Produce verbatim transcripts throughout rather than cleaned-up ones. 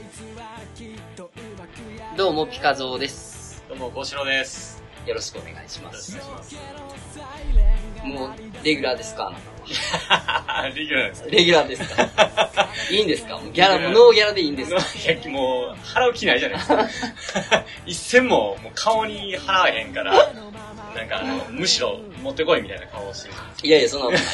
どうもピカゾーです。 どうもゴシロです。 よろしくお願いします。 よろしくお願いします。もうレギュラーですか？ レギュラーですか？ レギュラーですか？いいんですか？もうギャラもノーギャラでいいんですか？ いやもう払う気ないじゃないですか。一銭ももう顔に払わへんから、なんかあのむしろ持ってこいみたいな顔をしてる。 いやいやそんなことないです。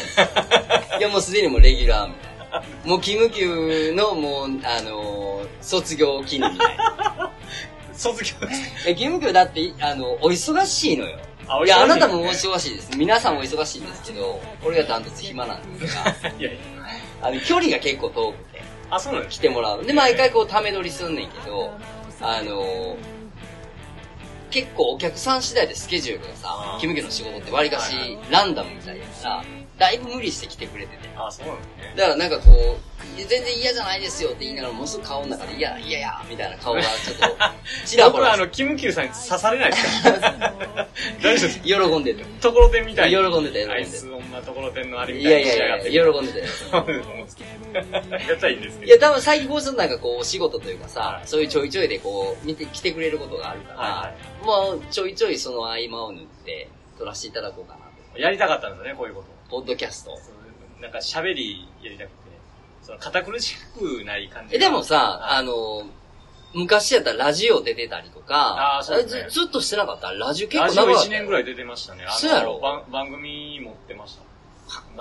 いやもうすでにもうレギュラーみたいな。もうキムキューのもうあのー、卒業記念みたいな。 卒業ですか？キムキューだってあのお忙しいのよ。 あ、 いやあなたもお忙しいです。皆さんもお忙しいんですけど、俺がダントツ暇なんですが、 いやいやあの距離が結構遠くて、 あそうなんです。 来てもらう。で毎回こうため撮りすんねんけど、あのー、結構お客さん次第でスケジュールがさ、キムキューの仕事ってわりかしランダムみたいだから、だいぶ無理して来てくれてて。 あ、そうなんですね。 だからなんかこう、全然嫌じゃないですよって言いながら、もうすぐ顔の中で嫌だ、嫌や、みたいな顔がちょっと、ちらほら。 僕はあの、キムキューさんに刺されないですか？大丈夫です。 喜んでる。 ところてんみたい喜んでた、喜んでた。 あいつ女ところてんのあれみたいに仕上がってる。 いやいやいや、喜んでたよ。 ありがたいんですけど。 いや、多分最近こうするなんかこう、お仕事というかさ、はい、そういうちょいちょいでこう、見て、来てくれることがあるから、はいはい、もうちょいちょいその合間を縫って、撮らせていただこうかなと。 やりたかったんですよね、こういうこと。 ポッドキャスト。 なんか喋りやりたくて、その堅苦しくない感じ。 え、でもさ、あの、昔やったらラジオ出てたりとか、あそうですね、ず, ずっとしてなかったラジオ結構長かった。 ラジオいちねんぐらい出てましたね。 そうやろ番番組持ってました。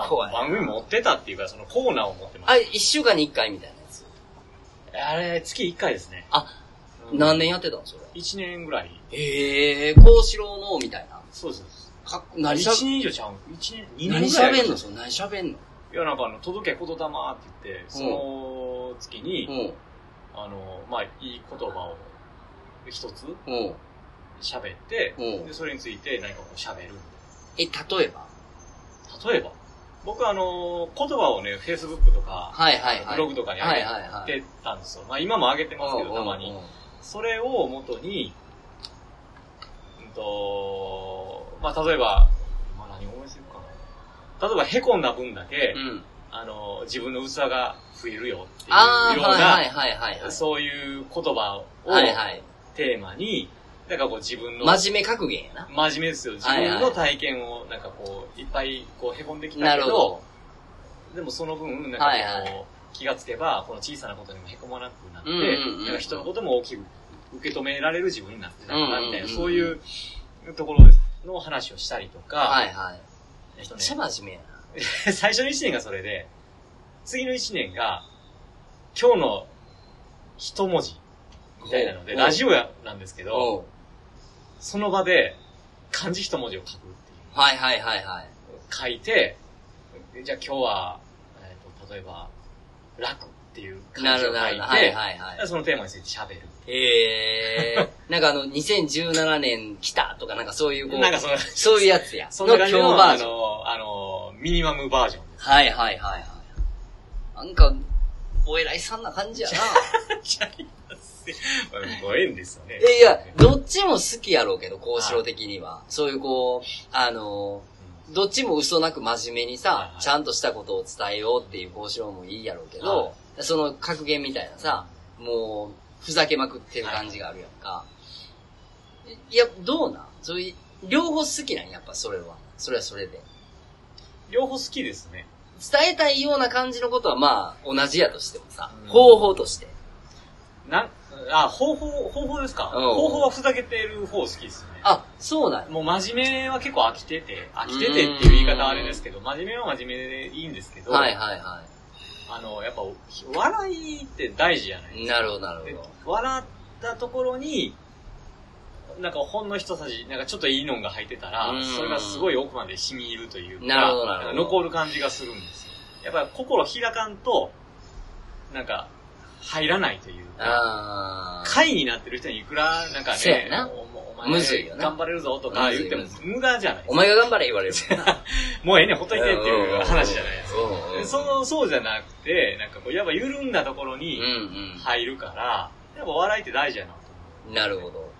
怖い。番組持ってたっていうか、そのコーナーを持ってました。 あ、いっしゅうかんにいっかいみたいなやつ。 あれ、月いっかいですね。 あ、うん、何年やってたのそれ。 いちねんぐらい。 へえー、幸四郎のみたいな。 そうです。 か何しゃべんいちねん以上ちゃう ?いち 年、にねんぐらい。何喋んのそれ何喋んのいや、なんかあの、届け言霊って言って、その月に、うん、あの、まあ、いい言葉を一つ喋って、うん、で、それについて何かこう喋る。 え、例えば例えば僕はあの、言葉をね、Facebook とか、 はいはいはい、 ブログとかに上げてたんですよ。まあ今も上げてますけど、たまに。それを元に、うんと、まあ例えば、まあ何を思いつくかな。例えば、凹んだ分だけ、うん、あの、自分の器が増えるよっていうような、はいはいはいはい、そういう言葉をテーマに、なんかこう自分の、 真面目格言やな。 真面目ですよ。自分の体験をなんかこう、いっぱいこう凹んできたけど、どでもその分、なんかこう、はいはい、気がつけば、この小さなことにも凹まなくなって、うんうんうんうん、なんか人のことも大きく受け止められる自分になってたかな、みたいな、うんうんうん、そういうところの話をしたりとか、 はいはい。めっちゃ真面目やな。最初のいちねんがそれで、次のいちねんが、今日の一文字みたいなので、ラジオやなんですけど、その場で漢字一文字を書くっていう。 はいはいはいはい。 書いて、じゃあ今日は、えーと、例えば、楽っていう漢字を書いて、はいはいはい、そのテーマについて喋る。 へー。なんかあの、にせんじゅうななねん来たとかなんかそういうこう、 なんかそそういうやつや。 その今日バージョン。あの、あの、ミニマムバージョンです、ね。 はいはいはいはい。なんか、お偉いさんな感じやな。 ちゃいますよ。ご縁ですよね。 いや、どっちも好きやろうけど、幸四郎的には。そういうこう、あの、うん、どっちも嘘なく真面目にさ、はいはい、ちゃんとしたことを伝えようっていう幸四郎もいいやろうけど、はい、その格言みたいなさ、もう、ふざけまくってる感じがあるやんか。はい、いや、どうなんそういう、両方好きなんやっぱそれは。それはそれで。 両方好きですね。 伝えたいような感じのことはまあ、同じやとしてもさ、うん、方法として。 な、あ、方法、方法ですか、うん、方法はふざけてる方好きですね。 あ、そうなんや。 もう真面目は結構飽きてて、飽きててっていう言い方はあれですけど、真面目は真面目でいいんですけど、 はいはいはい。 あの、やっぱ、笑いって大事じゃないですか。 なるほどなるほど。笑ったところに、なんかほんの一さじ、なんかちょっといいのが入ってたら、それがすごい奥まで染み入るというか、 なるほどなるほど。 残る感じがするんですよ。やっぱり心開かんと、なんか、入らないというか、会になってる人にいくら、なんかね、 なおお前、むずいよな頑張れるぞとか言っても無駄じゃないですか。 お前が頑張れ言われるもうええねん、ほっといてっていう話じゃないですか。その、そうじゃなくて、なんかこう、やっぱ緩んだところに入るから、やっぱ笑いって大事やなと思う。なるほど。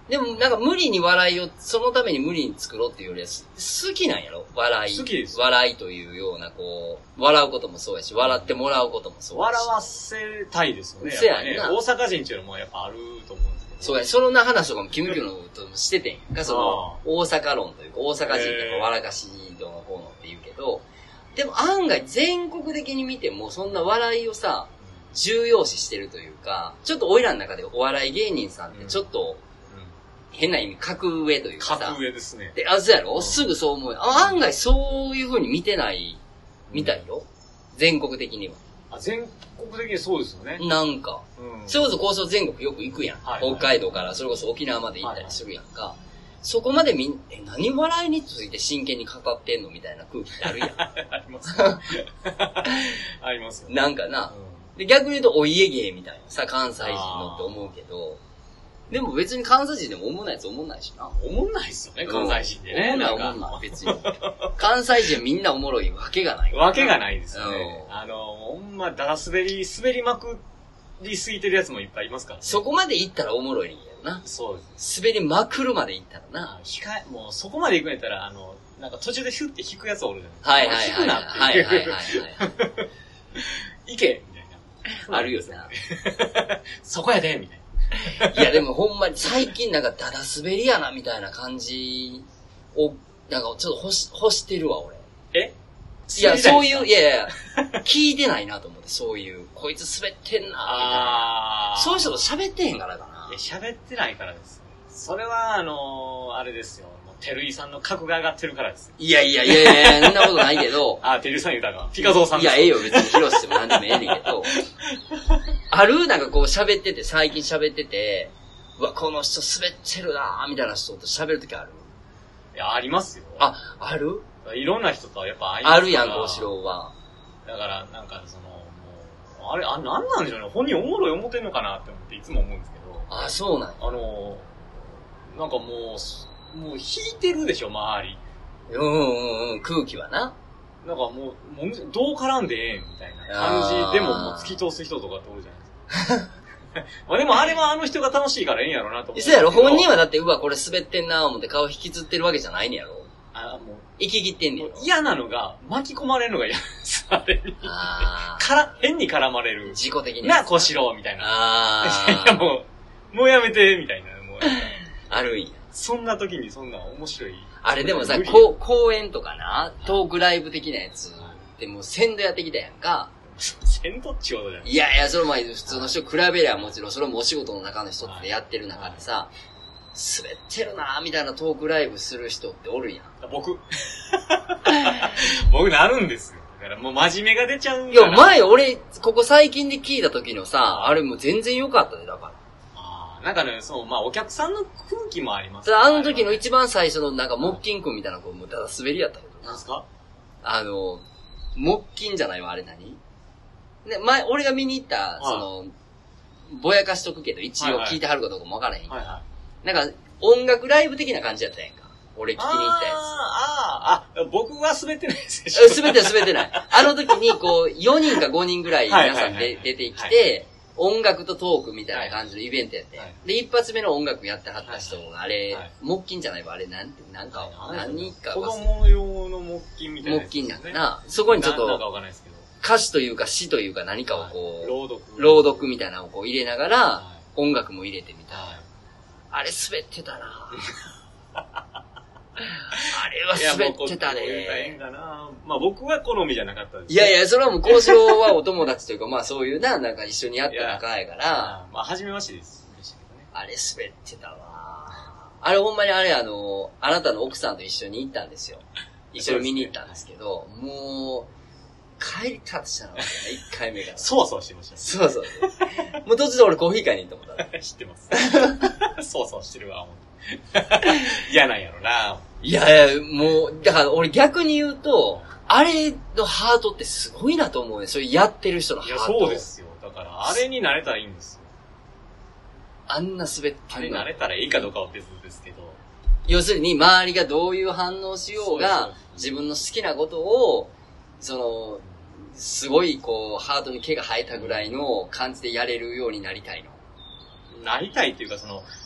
でもなんか無理に笑いを、そのために無理に作ろうっていうよりは、好きなんやろ笑い。 好きです。 笑いというような、こう、笑うこともそうやし、笑ってもらうこともそうやし。 笑わせたいですよね。 そうやね。 大阪人っていうのもやっぱあると思うんですけど。 そうや、そんな話とかもキムキムのともしててんやんか、その、大阪論というか、大阪人って笑かしどうのこうのって言うけど、でも案外全国的に見ても、そんな笑いをさ、重要視してるというか、ちょっとオイラの中でお笑い芸人さんってちょっと、変な意味、格上というかさ。 格上ですね。 で、あ、そうやろ、うん、すぐそう思う。あ、案外そういう風に見てない、みたいよ。うん、全国的には。 あ、全国的にそうですよね。 なんか。うん、それこそ交渉全国よく行くやん、はいはい。北海道からそれこそ沖縄まで行ったりするやんか。はいはい、そこまでみん、え、何笑いについて真剣に語ってんのみたいな空気ってあるやん。 あります、ね。ありますよ、ね。 なんかな、うん。で、逆に言うとお家芸みたいなさ、関西人のって思うけど、でも別に関西人でも思んないやつ思んないしな。 思んないっすよね、関西人でね。 思んない思んない、別に。関西人はみんなおもろいわけがない。 わけがないですよね。あの、ほんま、だら滑り、滑りまくりすぎてるやつもいっぱいいますから、ね。 そこまで行ったらおもろいんやろな。 そうです。 滑りまくるまで行ったらな。 控え、もうそこまで行くんやったら、あの、なんか途中でヒュッて引くやつおるじゃないですか。 はいはいはい。 引くなって。はいはいはい。行けみたいな。あるよな。 そこやでみたいな。 いやでもほんまに最近なんかダダ滑りやなみたいな感じを、なんかちょっと欲し、欲してるわ俺。 えいや、そういう、いやいや、聞いてないなと思って、そういう、こいつ滑ってんなみたいな。そういう人と喋ってへんからかな。 いや、喋ってないからです。それは、あのー、あれですよ。てるいさんの格が上がってるからです。 いやいやいやいや、そんなことないけど。 あ、てるいさん言うたか。ピカゾーさんです。いや、ええよ、別にヒロシでも何でもええねんけど。あるなんかこう喋ってて、最近喋ってて、うわ、この人滑ってるなーみたいな人と喋るときある？ いや、ありますよ。 あ、ある？ いろんな人とやっぱ会いますから。 あるやん、こうしろは。 だから、なんかその、もう、あれ、あ、なんなんでしょうね。本人おもろい思ってんのかなって思っていつも思うんですけど。 あ、そうなんや。 あの、なんかもう、もう引いてるでしょ、周り。 うんうんうん、空気はな。 なんかもう、もうどう絡んでええんみたいな感じでももう突き通す人とかっておるじゃないですか。まあでもあれはあの人が楽しいからええんやろなと思って。 そうやろ、本人はだって、うわ、これ滑ってんなー思って顔引きずってるわけじゃないねやろ。 あ、もう。 生き切ってんねん。 嫌なのが、巻き込まれるのが嫌です、あれに。あから、変に絡まれる。 自己的に。 な、こうしろ、みたいな。 ああ。いやもう、もうやめて、みたいな。もうあるんや。 そんな時にそんな面白い。 あれでもさ、こ公演とかな、トークライブ的なやつでもう先導やってきたやんか。 先導っちゅうことじゃない。 いやいや、それも普通の人比べりゃもちろん、それもお仕事の中の人ってやってる中でさ、滑ってるなーみたいなトークライブする人っておるやん。 僕。僕なるんですよ。だからもう真面目が出ちゃうんだ。いや、前俺、ここ最近で聞いた時のさ、あれもう全然良かったね、だから。 なんかね、そう、まあお客さんの空気もあります、 ね。あの時の一番最初のなんか木金くんみたいな子もただ滑りやったけど。 なんすか？ あの、木金じゃないわ、あれ何？ね、前、俺が見に行った、その、ぼやかしとくけど、一応聞いてはるかどうかもわからへんけど、はいはい、なんか、音楽ライブ的な感じやったやんか。俺聞きに行ったやつ。 ああ、あ、僕は滑ってないですね。 滑ってない、滑ってない。あの時に、こう、よにんかごにんぐらい皆さんで出てきて、音楽とトークみたいな感じのイベントやって。はい、で、一発目の音楽やってはった人が、あれ、はい、木金じゃないわ、あれ、なんて、なんか、何人か。 子供用の木金みたいな、ね。 木金なんかな。そこにちょっと、 なんかわかんないですけど。 歌詞というか詩というか何かをこう、 朗読。 朗読みたいなのをこう入れながら、音楽も入れてみたいな。あれ滑ってたなあれは滑ってたね。 まあ僕は好みじゃなかったです。 いやいや、それはもう交渉はお友達というか、まあそういうな、なんか一緒にやった仲やから。 まあ初めましてです。 あれ滑ってたわ。あれほんまにあれあの、あなたの奥さんと一緒に行ったんですよ。一緒に見に行ったんですけど、もう、帰りたってしたのね、一回目から。 そわそわしてました。 そうそう。もう途中で俺コーヒー買いに行ったもんだ。 知ってます。そわそわしてるわ、思って。嫌なんやろな。 いやいや、もう、だから俺逆に言うと、あれのハートってすごいなと思うね。それやってる人のハート。 いや、そうですよ。だから、あれになれたらいいんですよ。 あんな滑ってるの。 あれになれたらいいかどうかは別ですけど。 要するに、周りがどういう反応しようが、自分の好きなことを、その、すごいこう、ハートに毛が生えたぐらいの感じでやれるようになりたいの。 なりたいっていうか、その、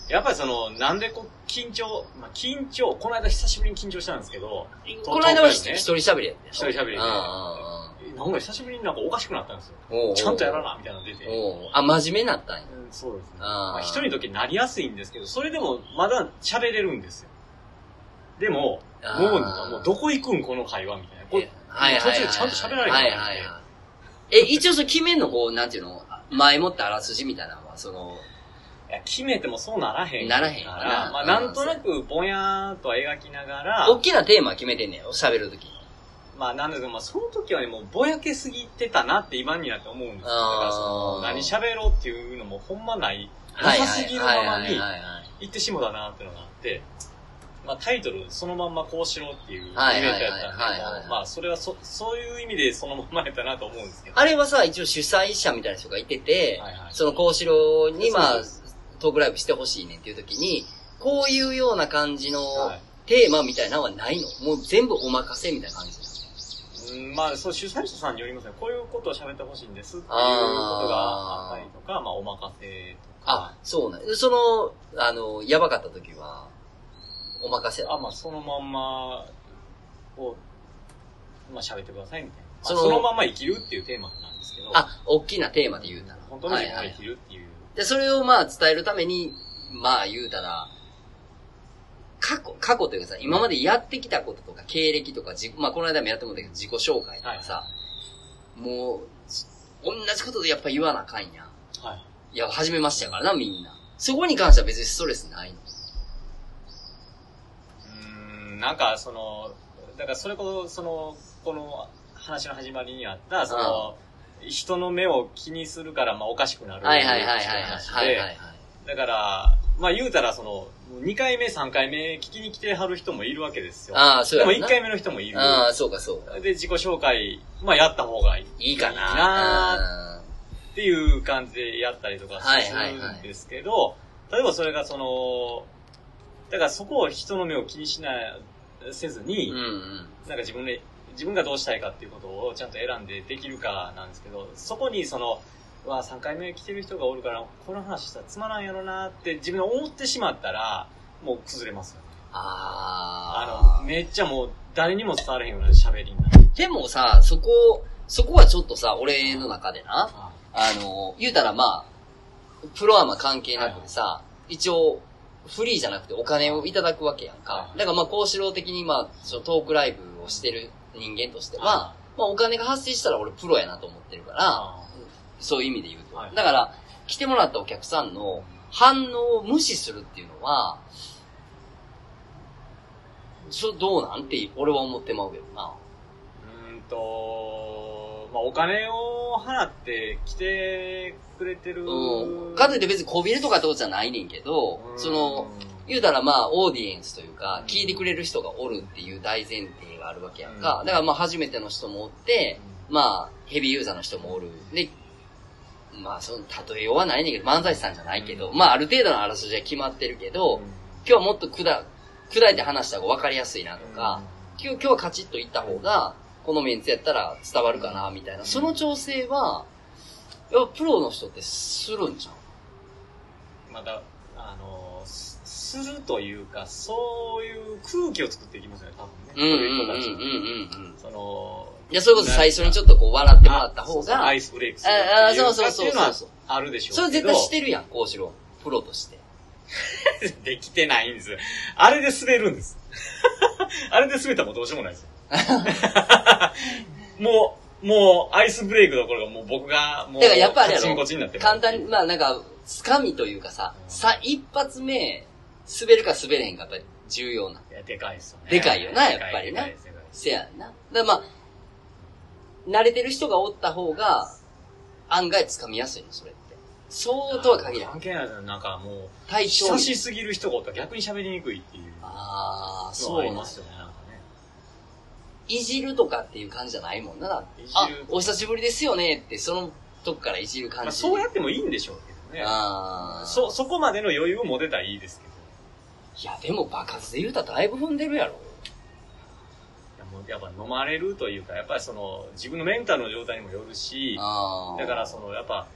やっぱりその、なんでこう、緊張、まあ、緊張、この間久しぶりに緊張したんですけど、 この間は一人喋りやったよ。 一人喋りで。なんか久しぶりになんかおかしくなったんですよ。ちゃんとやらな、みたいなの出て。 あ、真面目になったんや。 うん、そうですね。まあ、一人の時なりやすいんですけど、それでもまだ喋れるんですよ。でも、もう、もうどこ行くんこの会話みたいな。これ途中ちゃんと喋られない。はいはいはい。 え、一応その決めんのこう、なんていうの、前もってあらすじみたいなのは、その、 いや、決めてもそうならへんならへんから。 まあ、なんとなくぼやーっとは描きながら。 大きなテーマ決めてんねよ、喋るとき。 まあ、なんですけど、まあ、その時はね、もうぼやけすぎてたなって今になって思うんですよ。だからその、何喋ろうっていうのもほんまない、なさすぎるままに言ってしもだなっていうのがあって、まあ、タイトルそのまんまこうしろっていうイベントやったんで、まあ、それはそ、そういう意味でそのままやったなと思うんですけど。 あれはさ、一応主催者みたいな人がいてて、はいはい、そのこうしろに、まあ、トークライブしてほしいねんっていう時に、こういうような感じのテーマみたいなのはないの？もう全部お任せみたいな感じなの？ うん、まあ、そう、主催者さんによりますね。こういうことを喋ってほしいんですっていうことがあったりとか、まあ、お任せとか。 あ、そうなんその、あの、やばかった時は、お任せあ、まあ、そのまんまを、まあ、喋ってくださいみたいな。その、そのまま生きるっていうテーマなんですけど。 あ、大きなテーマで言うたら。 本当の自分が生きるっていう。はいはい、 で、それをまあ、伝えるために、まあ、言うたら、過去、過去というかさ、今までやってきたこととか、経歴とか、じまあ、この間もやってもらったけど、自己紹介とかさ、はい、もう、同じことでやっぱ言わなあかんや。はい。いや、初めましてやからな、みんな。そこに関しては別にストレスないの。 うーん、なんか、その、だからそれこそ、その、この話の始まりにあった、その、うん、人の目を気にするから、まあ、おかしくなる。 はいはいはいはい。はいはいはい。 だから、まあ言うたらその、にかいめ、さんかいめ聞きに来てはる人もいるわけですよ。 ああ、そうやな。 でもいっかいめの人もいる。 ああ、そうかそうか。 で、自己紹介、まあやった方がいい。 いいかな。いいなっていう感じでやったりとかするんですけど、はいはいはい、例えばそれがその、だからそこを人の目を気にしな、せずに、うんうん、なんか自分で、自分がどうしたいかっていうことをちゃんと選んでできるかなんですけど、そこにその、はさんかいめ来てる人がおるから、この話したらつまらんやろなって自分で思ってしまったら、もう崩れますよね。ああ。あの、めっちゃもう誰にも伝われへんような喋りになる。 でもさ、そこ、そこはちょっとさ、俺の中でな、あ, あの、言うたらまあ、プロアマ関係なくてさ、はい、一応、フリーじゃなくてお金をいただくわけやんか。はい、だからまあ、こうしろ的にまあ、そのトークライブをしてる人間としては、はい、まあお金が発生したら俺プロやなと思ってるから、そういう意味で言うと。はい、だから、来てもらったお客さんの反応を無視するっていうのは、そどうなんて俺は思ってまうけどな。 うーんと、まあ、お金を払って来てくれてる。 うん。かといって別にこびるとかってことじゃないねんけど、その、言うたらまあ、オーディエンスというか、聞いてくれる人がおるっていう大前提があるわけやんか。うん、だからまあ、初めての人もおって、まあ、ヘビーユーザーの人もおる。で、まあ、その、例えようはないねんけど、漫才師さんじゃないけど、うん、まあ、ある程度のあらすじは決まってるけど、うん、今日はもっと砕、砕いて話した方が分かりやすいなとか、うん、今日、今日はカチッと言った方が、このメンツやったら伝わるかな、みたいな、うん、その調整は、やっぱプロの人ってするんじゃん。 まだ、あの、するというか、そういう空気を作っていきますよね、多分ね。うんうんうんうんうんうん。その、 いや、それこそ最初にちょっとこう笑ってもらった方が。 アイスブレイクするっていう。ああ、そうそうそうそう。あるでしょうけど。 それ絶対してるやん、こうしろ。プロとして。 できてないんです。あれで滑るんです。あれで滑ったらもうどうしようもないですよ。もう、もう、アイスブレイクどころかもう僕が、もう、 だからやっぱりあの、 簡単に、まあなんか、つかみというかさ、うん、さ、一発目、滑るか滑れへんかやっぱり重要な。 いや、でかいっすよね。 でかいよな、やっぱりな。せやな。だからまあ、慣れてる人がおった方が、案外つかみやすいの、それって。そうとは限らない。 関係ないですよ。なんかもう、対象久しすぎる人がおったら逆に喋りにくいっていう。 ああ、そうありますよね。なんかね。 いじるとかっていう感じじゃないもんな、だって。あ、お久しぶりですよねって、そのとこからいじる感じ。まあ、 そうやってもいいんでしょうけどね。ああ。そ、そこまでの余裕を持てたらいいですけど。 いや、でも爆発で言うたらだいぶ踏んでるやろ。 やっぱ飲まれるというか、やっぱりその自分のメンタルの状態にもよるし、だからそのやっぱ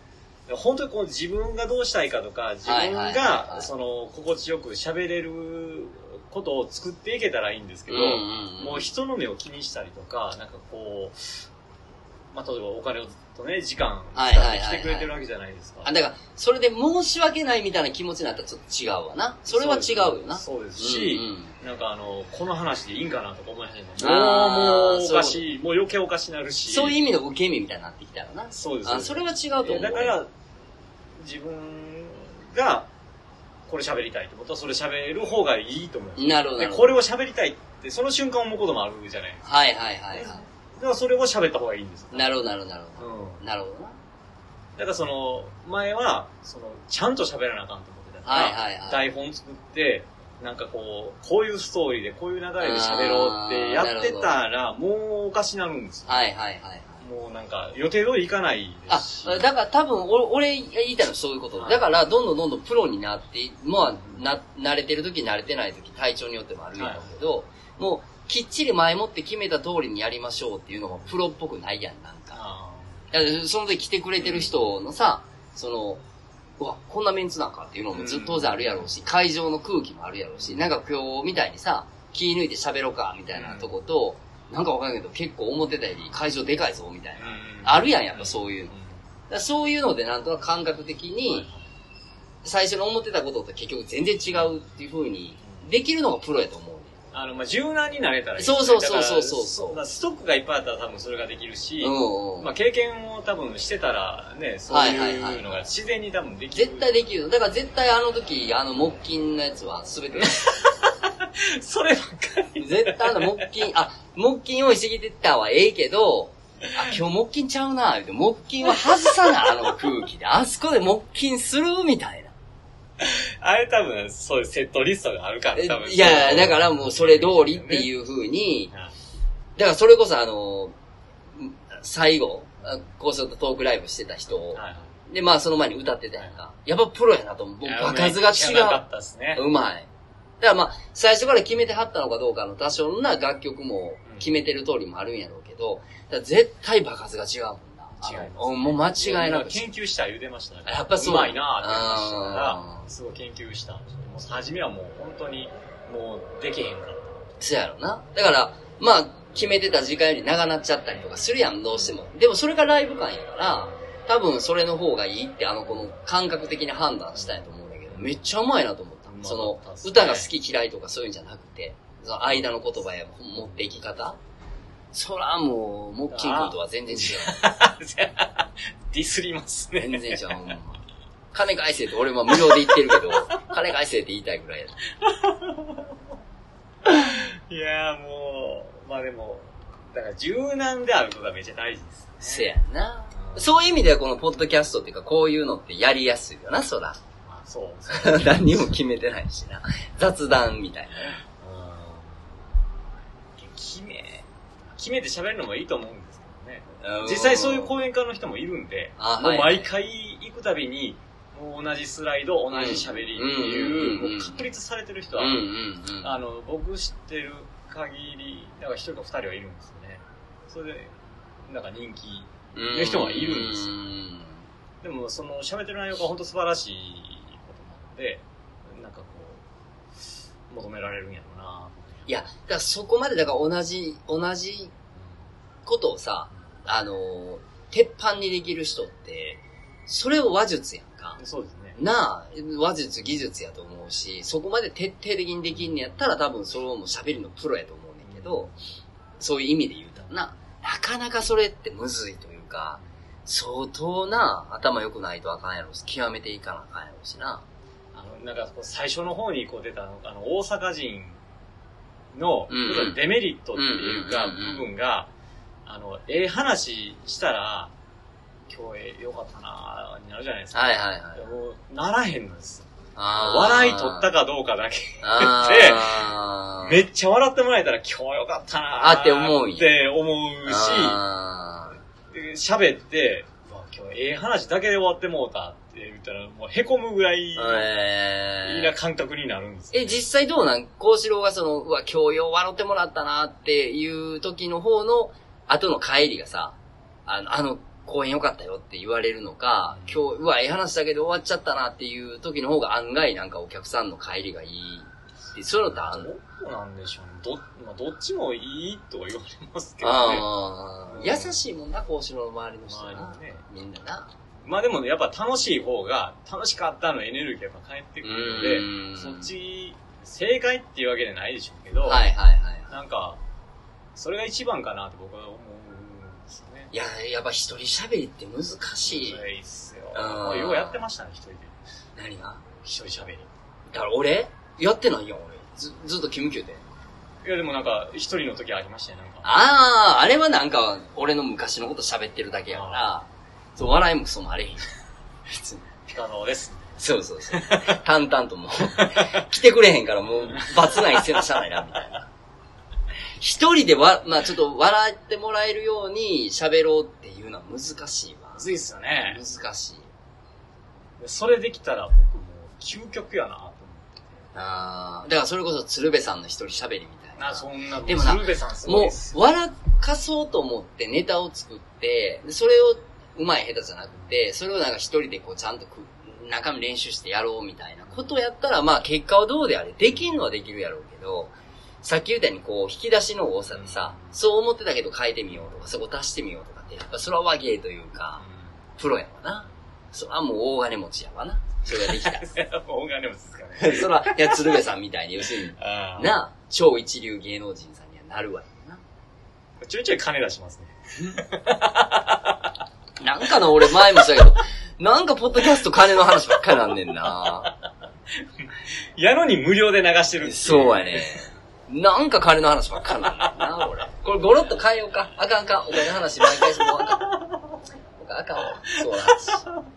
本当にこう自分がどうしたいかとか、自分が、その、心地よく喋れることを作っていけたらいいんですけど、うんうんうん、もう人の目を気にしたりとか、なんかこう、まあ、例えばお金をずっとね、時間使って来てくれてるわけじゃないですか。 あ、だから、それで申し訳ないみたいな気持ちになったらちょっと違うわな。それは違うよな。 そうですし、うんうん、なんかあの、この話でいいんかなとか思い始めた。もう、もうおかしい、もう余計おかしになるし。 そういう意味の受け身みたいになってきたらな。 そうです。 あ、それは違うと思う。 だから、自分が、これ喋りたいってことは、それ喋る方がいいと思う。 なるほど。 で、これを喋りたいって、その瞬間思うこともあるじゃないですか。 はいはいはいはい。 だからそれを喋った方がいいんですよ。 なるほどなるほどなるほど。うん、なるほどな。 だからその、前は、その、ちゃんと喋らなあかんと思ってたから、はいはいはい、台本作って、なんかこう、こういうストーリーで、こういう流れで喋ろうってやってたら、もうおかしになるんですよ。 はいはいはい。 もうなんか、予定通りいかないですし。 あ、だから多分、俺、俺言いたいのはそういうこと。はい、だから、どんどんどんどんプロになって、まあ、な、慣れてる時、慣れてない時、体調によってもあるんだけど、はい、もう、きっちり前もって決めた通りにやりましょうっていうのもプロっぽくないやん、なんか。だからその時来てくれてる人のさ、その、うわ、こんなメンツなんかっていうのもずっと当然あるやろうし、会場の空気もあるやろうし、なんか今日みたいにさ、気抜いて喋ろうかみたいなとこと、なんかわかんないけど結構思ってたより会場でかいぞみたいな。あるやん、やっぱそういうの。だからそういうのでなんとなく感覚的に、最初に思ってたことと結局全然違うっていう風にできるのがプロやと思う。 あの、まあ、柔軟になれたらいい、ね。 そうそうそうそうそうそう。 ストックがいっぱいあったら多分それができるし、うんうん、まあ、経験を多分してたらね、そういうのが自然に多分できる。 絶対できる。だから絶対あの時、あの木琴のやつは全て。 そればっかり。 絶対あの木琴、あ、木琴用意してきてたはええけど、あ、今日木琴ちゃうな、って木琴は外さな、あの空気で。あそこで木琴するみたいな。 あれ多分、そういうセットリストがあるから、多分。 いや、だからもうそれ通りっていう風に、だからそれこそあの、最後、こうするとトークライブしてた人、はいはい、で、まあその前に歌ってたやんか。やっぱプロやなと思う。場数が違う。 かったっすね。 うまい。だからまあ、最初から決めてはったのかどうかの多少な楽曲も決めてる通りもあるんやろうけど、だ絶対場数が違うもん。 違います、ね。 もう間違いなく。 研究した言うてましたね。 やっぱそう。 うまいなって言いましたから、すごい研究したんですよ。もう初めはもう本当に、もうできへんかった。 そうやろな。だから、まあ、決めてた時間より長なっちゃったりとかするやん、どうしても。でもそれがライブ感やから、多分それの方がいいってあの子の感覚的に判断したいと思うんだけど、めっちゃうまいなと思った。まあ、その、歌が好き嫌いとかそういうんじゃなくて、その間の言葉や持っていき方。そらもう、モッキン君とは全然違う。 ディスりますね。 全然違う。ほんま金返せって俺も無料で言ってるけど、金返せって言いたいぐらいや。 いやーもう、まあでも、だから柔軟であることがめっちゃ大事です、ね。 せやんな。そういう意味ではこのポッドキャストっていうかこういうのってやりやすいよな、そら。 まあそうですね。 何にも決めてないしな。雑談みたいな。 決め、決めて喋るのもいいと思うんですけどね。実際そういう講演家の人もいるんで、もう毎回行くたびに、もう同じスライド、同じ喋りっていう、もう確立されてる人は、あの、僕知ってる限り、だから一人か二人はいるんですよね。それで、なんか人気の人はいるんですよ。でも、その喋ってる内容が本当素晴らしいことなので、なんかこう、求められるんやろうな。 いや、だからそこまでだから同じ、同じことをさ、あの、鉄板にできる人って、それを話術やんか。 そうですね。 なあ、話術技術やと思うし、そこまで徹底的にできんねやったら多分それをもう喋りのプロやと思うねんけど、そういう意味で言うたらな、なかなかそれってむずいというか、相当な頭良くないとあかんやろし、極めていかなあかんやろしな。 あの、なんか最初の方にこう出たあの、大阪人の、うんうん、デメリットっていうか、部分が、あの、ええ話したら、今日ええよかったなーになるじゃないですか。 はいはいはい。 もう、ならへんのですよ。笑い取ったかどうかだけで、めっちゃ笑ってもらえたら今日よかったなーって思うって思うし、喋って、うわ、今日ええ話だけで終わってもうたって言ったら、もう凹むぐらい、いいな感覚になるんですよ。え、実際どうなん幸四郎がその、うわ、今日よう笑ってもらったなっていう時の方の、後の帰りがさ、あの、あの、 公演良かったよって言われるのか、うん、今日、うわ、ええ話だけで終わっちゃったなっていう時の方が案外なんかお客さんの帰りがいいって、そういうのってあんの？ どうなんでしょうね。ど、まあ、どっちもいいとは言われますけどね。 ああ、優しいもんな、こうしろの周りの人な。ね、みんなな。 まあでもね、やっぱ楽しい方が、楽しかったのエネルギーがやっぱ返ってくるので、そっち、正解っていうわけじゃないでしょうけど、 はいはいはい。 なんか、それが一番かなって僕は思うんですよね。 いや、やっぱ一人喋りって難しい。 難いっすよ。もうようやってましたね、一人で。 何が？ 一人喋り。 だから俺やってないよ、俺。ず、ずっとキムキューで。 いやでもなんか、一人の時ありましたよ、なんか。 ああ、あれはなんか、俺の昔のこと喋ってるだけやから、そう、笑いもクソもあれへん。別に。 ピカノです。 そうそうそう。淡々ともう、来てくれへんからもう、罰ないせなしゃあないな、みたいな。一人でわ、まあちょっと笑ってもらえるように喋ろうっていうのは難しいわ。 むずいっすよね。 難しい。 それできたら僕もう、究極やなと思って。 ああ、だからそれこそ鶴瓶さんの一人喋りみたいな。 あ、そんな、 でもな、 鶴瓶さんすごいっす。 もう、笑かそうと思ってネタを作って、それを、うまい下手じゃなくて、それをなんか一人でこうちゃんと中身練習してやろうみたいなことをやったら、まあ結果はどうであれ、できんのはできるやろうけど、さっき言ったようにこう引き出しの多さでさ、うん、そう思ってたけど変えてみようとか、そこ足してみようとかって、やっぱそれは和芸というか、うん、プロやわな。それはもう大金持ちやわな。それができた。 大金持ちですかね。 それは、いや、鶴瓶さんみたいに、要するに、な、超一流芸能人さんにはなるわよな。 ちょいちょい金出しますね。 なんかな、俺前もしたけど、なんかポッドキャスト金の話ばっかりなんねんな。 やのに無料で流してるっていう。 そうやね。なんか金の話ばっかりなんねんな、俺。これゴロッと変えようか。あかんあかん。お金の話毎回してもうあかん。あかんわ。そうなんです。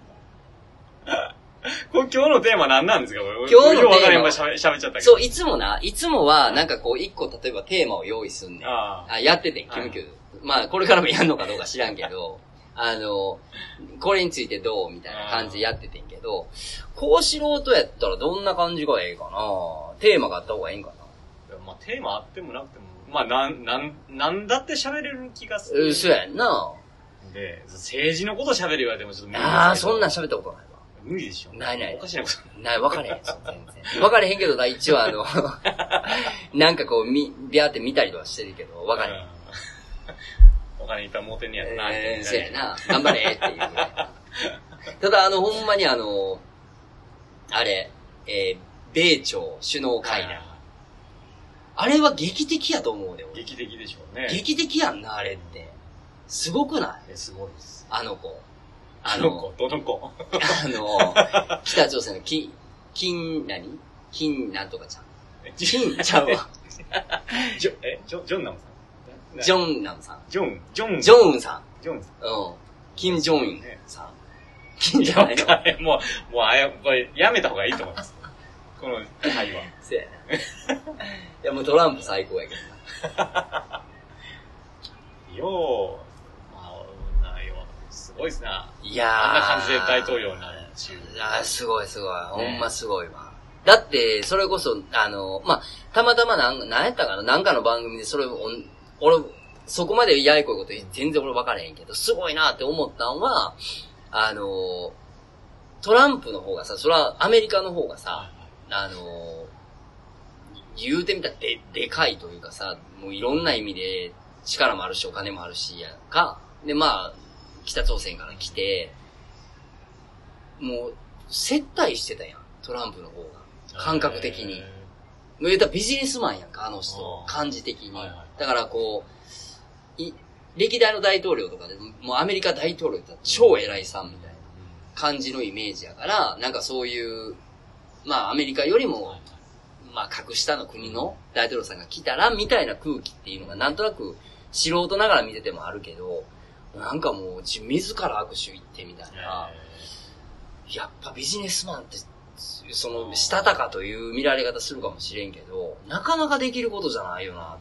これ今日のテーマ何なんですか？ 今日のテーマ。 分からんま喋っちゃったけど。 そう、いつもな、いつもは、なんかこう、一個、例えばテーマを用意すんねん。ああやっててん、キムキュー。まあ、これからもやんのかどうか知らんけど、あの、これについてどうみたいな感じでやっててんけど、こう素人やったらどんな感じがええかな？テーマがあった方がええんかな？ まあ、テーマあってもなくても、まあ、なん、なん、なんだって喋れる気がする。 うん、そうやんな。 で、政治のこと喋る言われてもちょっと無理ですけど。 ああ、そんなん喋ったことないわ。 無理でしょ。 ないない。 おかしなこと。 ない、分かれへん、全然。分かれへんけどな、一応あの、なんかこう、み、ビャーって見たりとかしてるけど、分かれへん。 お金いっぱい持ってんねやろな。 えー、そうやな。頑張れっていうぐらい。ただ、あの、ほんまにあの、あれ、えー、米朝首脳会談。あれは劇的やと思うで、 劇的でしょうね。 劇的やんな、あれって。すごくない？ え、すごいです。 あの子。 あの子、どの子？ あの、北朝鮮の金、金、何？金なんとかちゃん。金ちゃうわ。 ジョ、え、ジョ、ジョンナムさん？ ジョンナムさん。 ジョン、ジョン。 ジョンウンさん。 ジョンさん。 うん。キム・ジョンウンさん。金じゃないの？ もう、もう、あや、これ、やめた方がいいと思います。この会話。 そうやな。いや、もうトランプ最高やけどな。 よう、まあ、なよう、すごいっすな。 いやー。 あんな感じで大統領になる中いやー、すごいすごい。ほんますごいわ。だって、それこそ、あの、まあ、たまたまなん、なんやったかな、なんかの番組でそれを、俺、そこまでややこいこと全然俺分からへんけど、すごいなって思ったんは、あの、トランプの方がさ、それはアメリカの方がさ、あの、言うてみたらで、でかいというかさ、もういろんな意味で力もあるしお金もあるしやんか。で、まあ、北朝鮮から来て、もう、接待してたやん、トランプの方が。感覚的に。もう言うたらビジネスマンやんか、あの人。感じ的に。はいはい、だからこう、い、歴代の大統領とかで、もうアメリカ大統領って超偉いさんみたいな感じのイメージやから、なんかそういう、まあアメリカよりも、まあ格下の国の大統領さんが来たら、みたいな空気っていうのがなんとなく素人ながら見ててもあるけど、なんかもう自ら握手行ってみたいな。やっぱビジネスマンって、その、したたかという見られ方するかもしれんけど、なかなかできることじゃないよなと思って。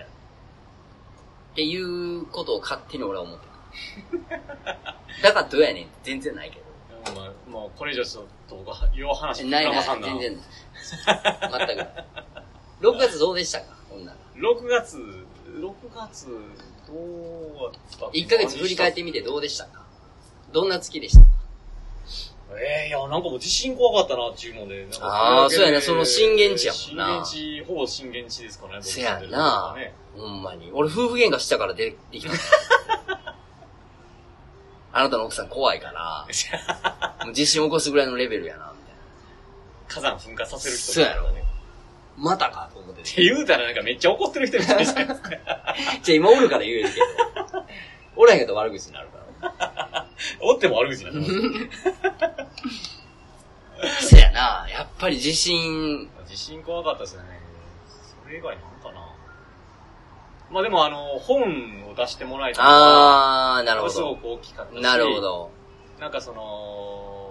っていうことを勝手に俺は思ってた。だからどうやねんって全然ないけど。 まあ、もうこれ以上ちょっと僕は、よう話ないない、全然ない。全く。ろくがつどうでしたかほんなら。 ろくがつ、ろくがつ、 どうだったかいっかげつ振り返ってみてどうでしたか？どんな月でしたか？ ええー、いや、なんかもう地震怖かったなっていうので。なんかああ、そうやな、その震源地やもんな。 震源地、ほぼ震源地ですかね。 そうやな、ね。ほんまに。俺夫婦喧嘩したから出てきた。あなたの奥さん怖いから、もう地震起こすぐらいのレベルやな、みたいな。 火山噴火させる人、 ね。そうやろ。またかと思ってて。 って言うたらなんかめっちゃ怒ってる人みたいじゃないですか。 じゃあ今おるから言えるけど。おらへんけど悪口になるから。 おっても悪口になる。 そうやな。やっぱり地震。 地震怖かったですよね。それ以外なんかな。まあでもあの、本を出してもらえたのは、 あー、なるほど。 すごく大きかったし。 なるほど。 なんかその、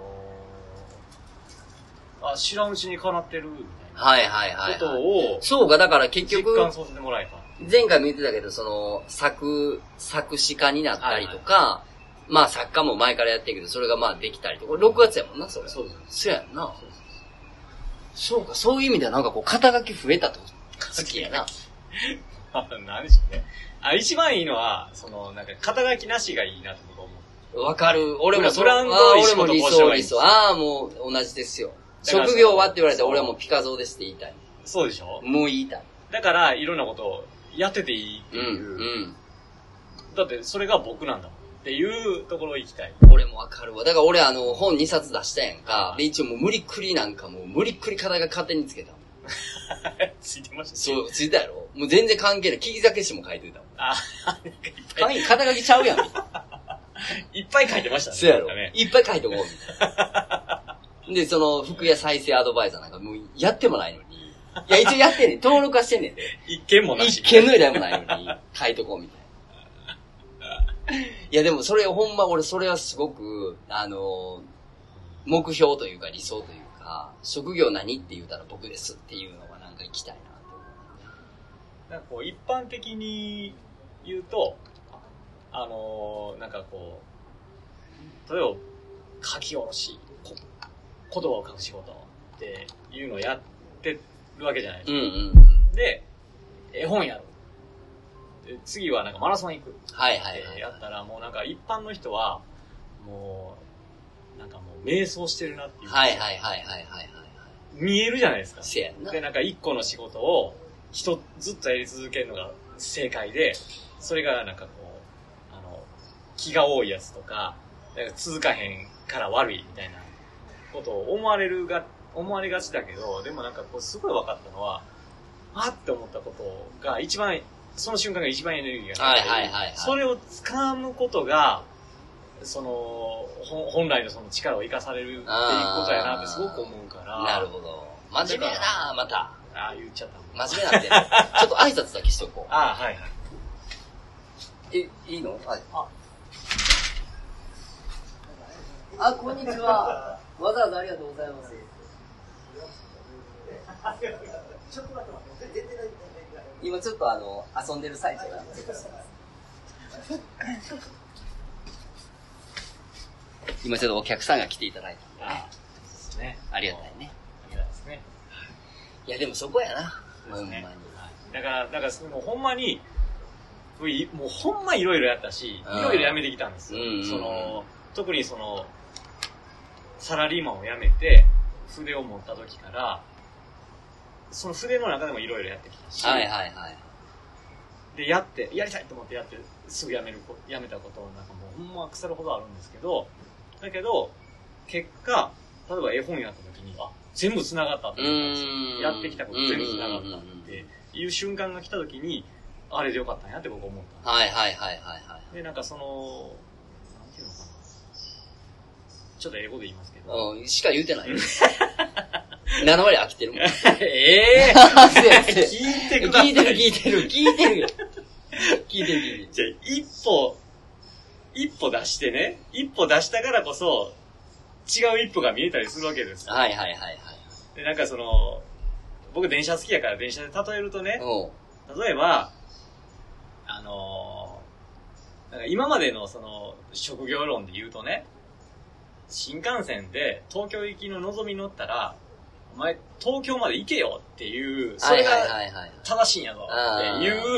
あ、知らんうちに叶ってるみたいな。 はいはいはい、はい。 ことを、 そうか、だから結局、 実感させてもらえた。 前回も言ってたけど、その、作、作詞家になったりとか、はいはい、まあ作家も前からやってるけど、それがまあできたりとか、ろくがつやもんな、それ。 そうです。 そうやんな。そうか、そういう意味ではなんかこう、肩書き増えたと。好きやな。 何でしょうね。あ、一番いいのは、その、なんか、肩書きなしがいいなと僕は思う。 わかる。俺もブランド俺も理想理想。ああ、もう同じですよ。職業はって言われたら俺はもうピカゾーですって言いたい。 そうでしょ？ もう言いたい。 だから、いろんなことをやってていいっていう。 うん。うん、 だって、それが僕なんだもんっていうところを行きたい。 俺もわかるわ。だから俺あの、本にさつ出したやんか。で、一応もう無理くりなんかもう無理くり肩が勝手につけたもん。 ついてましたね。 そう、ついたやろ？もう全然関係ない。聞き酒師も書いてたもん。 あ、なんかいっぱい。 肩書きちゃうやん、みたいな。 いっぱい書いてましたね。 そうやろ。いっぱい書いとこう、みたいな。で、その、服屋再生アドバイザーなんかもうやってもないのに。いや、一応やってんねん。登録はしてんねんで。 一件もなし。 一件の依頼もないのに、書いとこう、みたいな。いや、でもそれほんま、俺それはすごく、あの、目標というか理想というか、職業何って言うたら僕ですっていうのはなんか行きたいなと思う。 なんかこう、一般的に言うと、あのー、なんかこう、例えば、書き下ろし、言葉を書く仕事っていうのをやってるわけじゃないですか。 うんうん、 で、絵本やる。で次はなんかマラソン行く。 はいはいはい。 やったらもうなんか一般の人は、もう、なんかもう瞑想してるなっていう。 はいはいはいはいはいはい。 見えるじゃないですか。 せやな。 で、なんか一個の仕事を人ずっとやり続けるのが正解で、それがなんかこう、あの、気が多いやつとか、なんか続かへんから悪いみたいなことを思われるが、思われがちだけど、でもなんかこうすごい分かったのは、あって思ったことが一番、その瞬間が一番エネルギーがはいはいはいはい。 それを掴むことが、その、本来のその力を生かされるっていうことやなってすごく思うから。 なるほど。真面目やなまた。 ああ、言っちゃった。 真面目なんて。ちょっと挨拶だけしとこう。 ああ、はいはい。 え、いいの？はい。あ、あ、こんにちは。わざわざありがとうございます。ちょっと待って待って。今ちょっとあの、遊んでる最中なんで。今ちょっとお客さんが来ていただいたんで、ね。ああ、そうですね。ありがたいね。 ありがたいですね。 いやでもそこやな。 ほんまに。だから、だからもうほんまに、もうほんまいろいろやったし、いろいろやめてきたんですよ。うん、その、特にその、サラリーマンを辞めて、筆を持った時から、その筆の中でもいろいろやってきたし、 はいはいはい。 で、やって、やりたいと思ってやって、すぐ辞める、辞めたことなんかもうほんま腐るほどあるんですけど、だけど、結果、例えば絵本やった時に、あ、全部繋がったって思ったんですよ。やってきたこと全部繋がったっていう瞬間が来た時に、あれでよかったんやって僕思ったんです。 はいはいはいはいはい。 で、なんかその、なんていうのかな。ちょっと英語で言いますけど。 うん、しか言うてない。ななわり飽きてるもん。 ええー、聞いてください。 聞いてる聞いてる聞いてるよ。聞いてる聞いてる。 じゃあ、一歩、一歩出してね、一歩出したからこそ、違う一歩が見えたりするわけですよ。 はいはいはいはい。 で、なんかその、僕電車好きやから電車で例えるとね、例えば、あのー、なんか今までのその、職業論で言うとね、新幹線で東京行きののぞみ乗ったら、お前東京まで行けよっていう、それが正しいんやぞっていう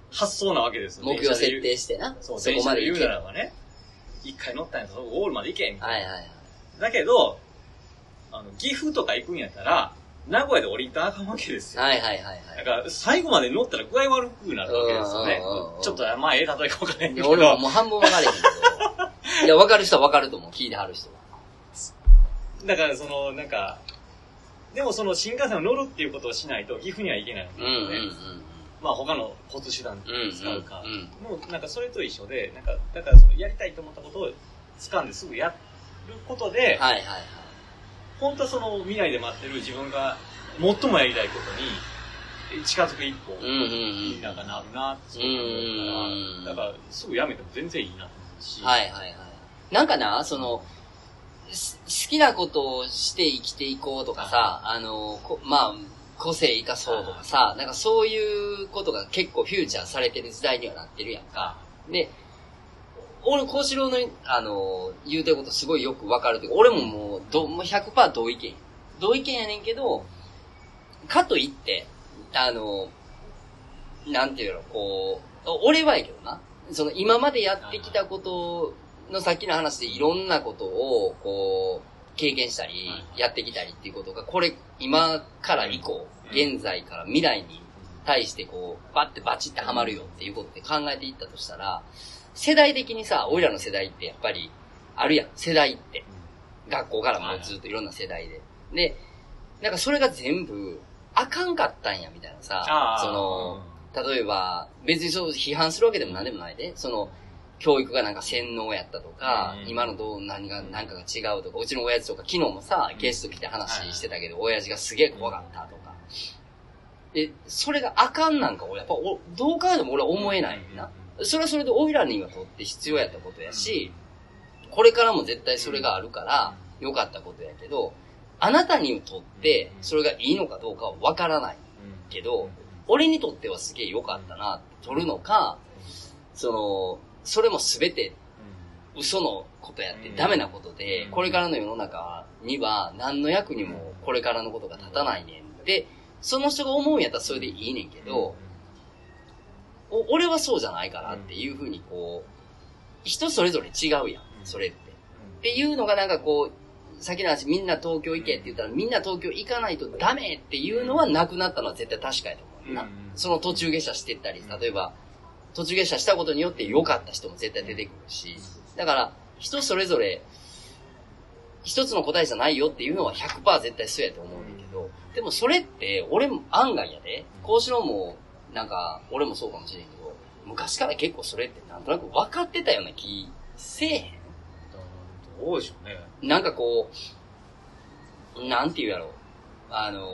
発想なわけですよ。 目標設定してな。 そう、そこまで言うならばね、一回乗ったんやったらゴールまで行け、みたいな。 はいはいはい。 だけど、あの、岐阜とか行くんやったら、名古屋で降りたらあかんわけですよ。 はいはいはいはい。 だから、最後まで乗ったら具合悪くなるわけですよね。ちょっと、まあ、ええ例えかわからへんけど。 俺ももう半分分かれへんけど。いや、分かる人は分かると思う。聞いてはる人は。 だから、その、なんか、でもその新幹線を乗るっていうことをしないと岐阜には行けないわけですよね。うんうんうん、まあ他の交通手段使うか。うんうんうん、もうなんかそれと一緒で、なんか、だからそのやりたいと思ったことを掴んですぐやることで、はいはいはい、本当はその未来で待ってる自分が最もやりたいことに近づく一歩になんかなるなって思うから、だからすぐやめても全然いいなと思うし。 はいはいはい。なんかな、その、好きなことをして生きていこうとかさ、あの、まあ、個性生かそうとかさ、なんかそういうことが結構フューチャーされてる時代にはなってるやんか。で、俺、幸四郎の、あの、言うてることすごいよくわかるというか、俺ももう、ど、もう ひゃくパーセント 同意見。同意見やねんけど、かといって、あの、なんていうの、こう、俺はやけどな、その今までやってきたことのさっきの話でいろんなことを、こう、経験したり、やってきたりっていうことが、これ、今から以降、現在から未来に対してこう、バッてバチってはまるよっていうことで考えていったとしたら、世代的にさ、俺らの世代ってやっぱり、あるやん、世代って。学校からもうずっといろんな世代で。で、なんかそれが全部、あかんかったんや、みたいなさ、その、例えば、別にそう批判するわけでも何でもないで、その、教育がなんか洗脳やったとか、うん、今のどう何が、何かが違うとか、うちの親父とか昨日もさ、ゲスト来て話してたけど、うん、親父がすげえ怖かったとか。で、それがあかんなんか俺、やっぱお、どう考えても俺は思えないな。それはそれでオイラにはとって必要やったことやし、これからも絶対それがあるから、良かったことやけど、あなたにとってそれがいいのかどうかはわからないけど、俺にとってはすげえ良かったなって取るのか、その、それもすべて嘘のことやってダメなことで、これからの世の中には何の役にもこれからのことが立たないねんで、その人が思うんやったらそれでいいねんけど、お俺はそうじゃないからっていうふうにこう、人それぞれ違うやん、それって。っていうのがなんかこう、さっきの話みんな東京行けって言ったらみんな東京行かないとダメっていうのはなくなったのは絶対確かやと思うな。その途中下車してったり、例えば、途中下車したことによって良かった人も絶対出てくるし、だから人それぞれ一つの答えじゃないよっていうのは ひゃくパーセント 絶対そうやと思うんだけど、でもそれって俺も案外やで、幸四郎もなんか俺もそうかもしれんけど、昔から結構それってなんとなく分かってたような気せえへん。 どうでしょうね。 なんかこう、なんて言うやろう、あの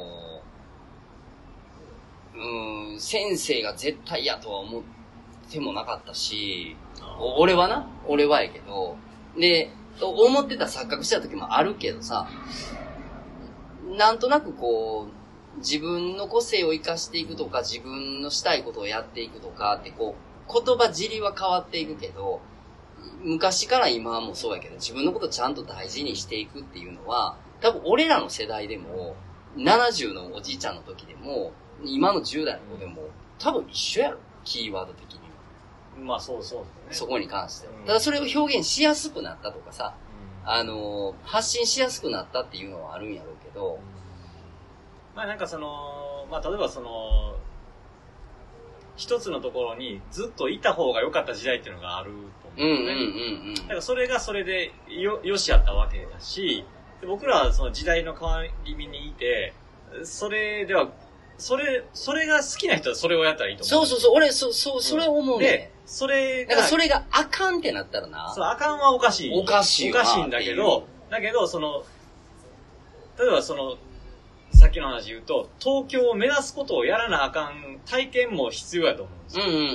うーん、先生が絶対やとは思ってでもなかったし、俺はな、俺はやけど、で、思ってた錯覚した時もあるけどさ、なんとなくこう、自分の個性を生かしていくとか、自分のしたいことをやっていくとかってこう、言葉尻は変わっていくけど、昔から今はもうそうやけど、自分のことちゃんと大事にしていくっていうのは、多分俺らの世代でも、ななじゅうのおじいちゃんの時でも、今のじゅう代の子でも、多分一緒やろ、キーワード的に。 まあそうそうですね。 そこに関しては。ただそれを表現しやすくなったとかさ、うん、あの、発信しやすくなったっていうのはあるんやろうけど、うん、 まあなんかその、まあ例えばその、一つのところにずっといた方が良かった時代っていうのがあると思うんですね。うんうんうんうん。だからそれがそれでよ、よしやったわけだし、で僕らはその時代の変わり身にいて、それでは、それ、それが好きな人はそれをやったらいいと思う。 そうそうそう、俺、そ、そ、それ思うね。 で、それが。 だからそれがあかんってなったらな。 そう、あかんはおかしい。 おかしい。 おかしいんだけど、だけど、その、例えばその、さっきの話言うと、東京を目指すことをやらなあかん体験も必要やと思うんですよ。 うんうんうんうん。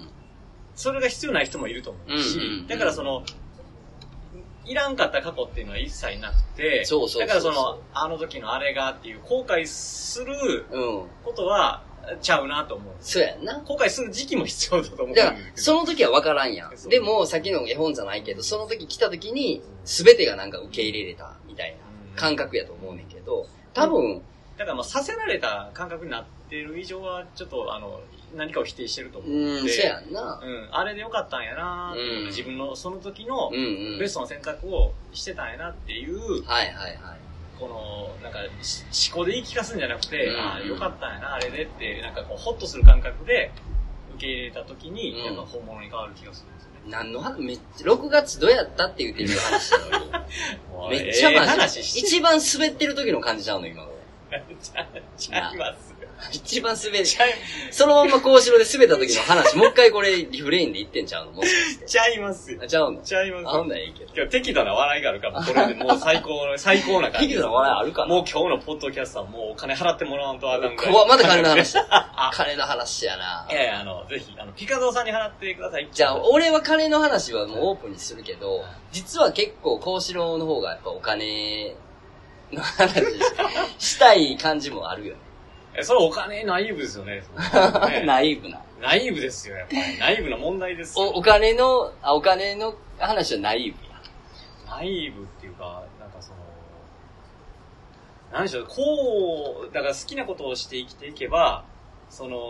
それが必要ない人もいると思うし、うんうんうん、だからその、いらんかった過去っていうのは一切なくて、 そうそうそうそう、 だからその、あの時のあれがっていう後悔することはちゃうなと思う。 そうやんな。 後悔する時期も必要だと思うんだから、その時は分からんやん。でも、さっきの絵本じゃないけど、その時来た時に、全てがなんか受け入れれたみたいな感覚やと思うねんけど、多分、 だだからまあさせられた感覚になってる以上は、ちょっとあの、何かを否定してると思うんで。 うん、せやんな。 うん、あれでよかったんやなっていう、 うん、 自分のその時のベストの選択をしてたんやなっていう、 はいはいはい。 この、なんか、思考で言い聞かすんじゃなくて、うん、ああ、よかったんやな、あれでって、なんかこう、ホッとする感覚で受け入れた時に、うん、なんか本物に変わる気がするんですよね。 何の話、めっちゃ、ろくがつどうやったって言ってる話なのに。めっちゃ真面目。一番滑ってる時の感じちゃうの、今これ。 ちゃ、ちゃいます。 一番滑る。そのまんまこうしろで滑った時の話、もう一回これリフレインで言ってんちゃうのもしかして。 ちゃいますよ。 ちゃうのちゃいます。 あ、ほんならいいけど。 今日適度な笑いがあるから、これでもう最高の、最高な感じ。 適度な笑いあるかなもう今日のポッドキャストはもうお金払ってもらわんとあかんから。 怖まだ金の話だ。金の話やな。 いやいや、あの、ぜひ、あの、ピカゾーさんに払ってください。 じゃあ、俺は金の話はもうオープンにするけど、実は結構、コウシロウの方がやっぱお金の話したい感じもあるよね。 え、それお金ナイーブですよね。 ねナイーブな。 ナイーブですよ、やっぱり。ナイーブな問題ですよ。 お、お金の、あ、お金の話はナイーブや。 ナイーブっていうか、なんかその、なんでしょう、こう、だから好きなことをして生きていけば、その、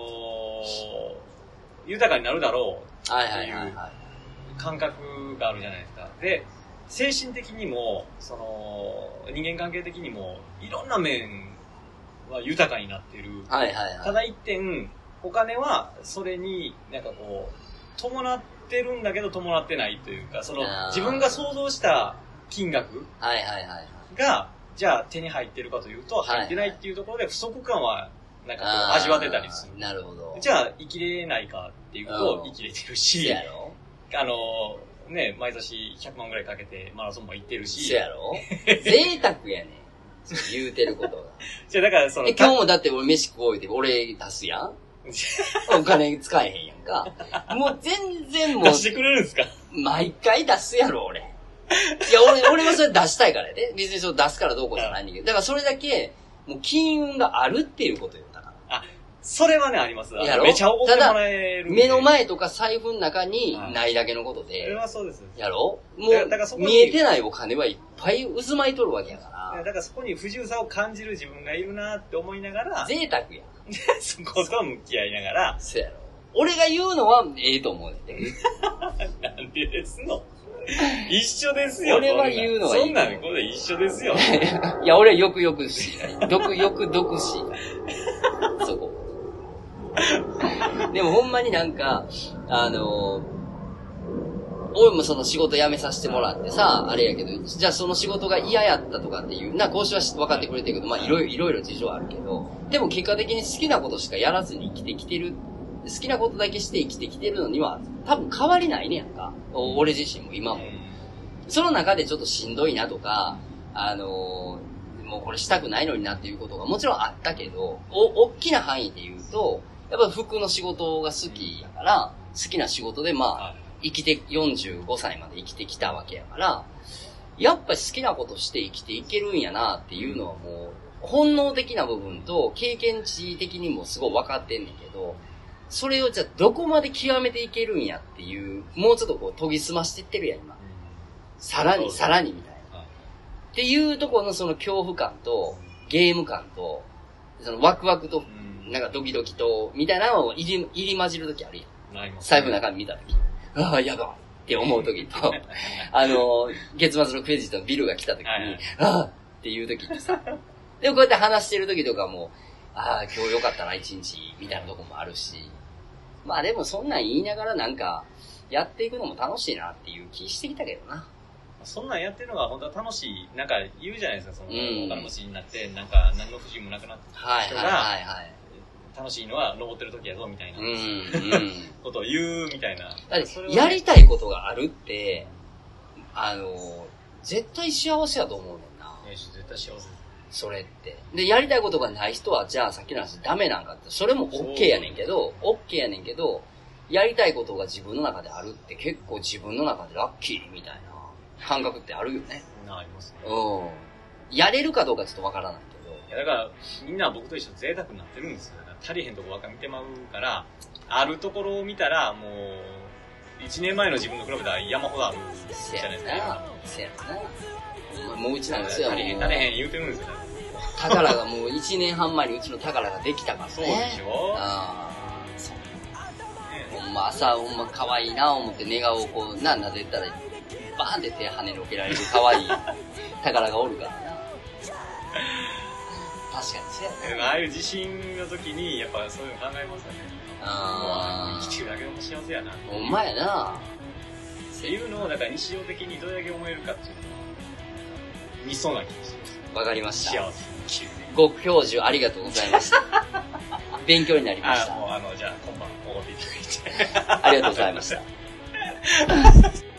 豊かになるだろうっていう感覚があるじゃないですか。で、精神的にも、その、人間関係的にも、いろんな面、は豊かになってる。 はいはいはい。 ただ一点、お金はそれになんかこう、伴ってるんだけど伴ってないというか、その自分が想像した金額はいはいはい。 が、じゃあ手に入ってるかというと、入ってないっていうところで不足感はなんかこう味わってたりする。 なるほど。 じゃあ生きれないかっていうと、生きれてるし、 やろあの、ね、毎年ひゃくまんぐらいかけてマラソンも行ってるし。 せやろ贅沢やねん。言うてることが。 じゃあだからその。 え、今日もだって俺飯食おうって俺出すやんお金使えへんやんか。もう全然もう。 出してくれるんですか毎回出すやろ、俺。いや、俺、俺はそれ出したいからやで。別にそう出すからどうこうじゃないんだけど。だからそれだけ、もう金運があるっていうことよ、だから。 あ、それはね、あります。 やろめちゃおごってもらえる。 目の前とか財布の中にないだけのことで。 それはそうです。 やろもう、見えてないお金はいっぱい渦巻いとるわけやから。 だからそこに不自由さを感じる自分がいるなって思いながら。 贅沢や。 そこと向き合いながら。 そうやろ。俺が言うのはええと思うねんで。 なんでですの一緒ですよ。 俺は言うのはいい。 そんなんこれ一緒ですよ。 いや、俺はよくよくしい。毒、よく毒しい。そこ。でもほんまになんか、あのー、俺もその仕事辞めさせてもらってさ、あれやけど、じゃあその仕事が嫌やったとかっていう、な、講師は分かってくれてるけど、まあいろいろ、いろいろ事情あるけど、でも結果的に好きなことしかやらずに生きてきてる、好きなことだけして生きてきてるのには、多分変わりないねやんか。俺自身も今も。その中でちょっとしんどいなとか、あのー、もうこれしたくないのになっていうことがもちろんあったけど、お、大きな範囲で言うと、やっぱ服の仕事が好きやから、好きな仕事でまあ、生きて、よんじゅうごさいまで生きてきたわけやから、やっぱり好きなことして生きていけるんやなっていうのはもう、本能的な部分と経験値的にもすごい分かってんねんけど、それをじゃあどこまで極めていけるんやっていう、もうちょっとこう研ぎ澄ましていってるやん、今。さらに、さらにみたいな。っていうところのその恐怖感と、ゲーム感と、そのワクワクと、なんかドキドキと、みたいなのを入り、入り混じるときあるやん。財布の中身見たとき。ああ、やだって思うときと、あの、月末のクレジットのビルが来たときに、はいはい、ああっていうときってさ、でもこうやって話してるときとかも、ああ、今日よかったな、一日、みたいなとこもあるし、まあでもそんなん言いながらなんか、やっていくのも楽しいなっていう気してきたけどな。 そんなんやってるのが本当は楽しい。なんか言うじゃないですか、その、お金持ちになって、なんか何の不自由もなくなった人が、はいはいはい、楽しいのは登ってる時やぞ、みたいな、うんうん、ことを言うみたいな。 だって、やりたいことがあるって、あの、絶対幸せやと思うねんな。 絶対幸せ。 それって。で、やりたいことがない人は、じゃあさっきの話ダメなんかって、それも OK やねんけど、OK やねんけど、やりたいことが自分の中であるって結構自分の中でラッキーみたいな感覚ってあるよね。 ありますね。 うん。やれるかどうかちょっとわからないけど。 いやだからみんな僕と一緒贅沢になってるんですよ。だから足りへんとこばっか見てまうから、あるところを見たらもう一年前の自分の比べたら山ほどあるじゃないですか。 せやな。もううちなんですよ。 足りへん足りへん言うてるんですよ。 宝がもういちねんはん前にうちの宝ができたからね。 そうでしょ。 ああ。そう。ほんま朝ほんま可愛いな思って寝顔をこうな、なでたら、バーンって手跳ねのけられる可愛い宝がおるからな。確かにそうやね。 ああいう地震の時に、やっぱそういうの考えますよね。ああ。生きてるだけでも幸せやな。 ほんまやな。 っていうのを、だから日常的にどれだけ思えるかっていうのは、見そうな気がします。 わかりました。 幸せに生きる。 ご教授ありがとうございました。勉強になりました。 あ、もうあの、じゃあ今晩おごっていただいて。 ありがとうございました。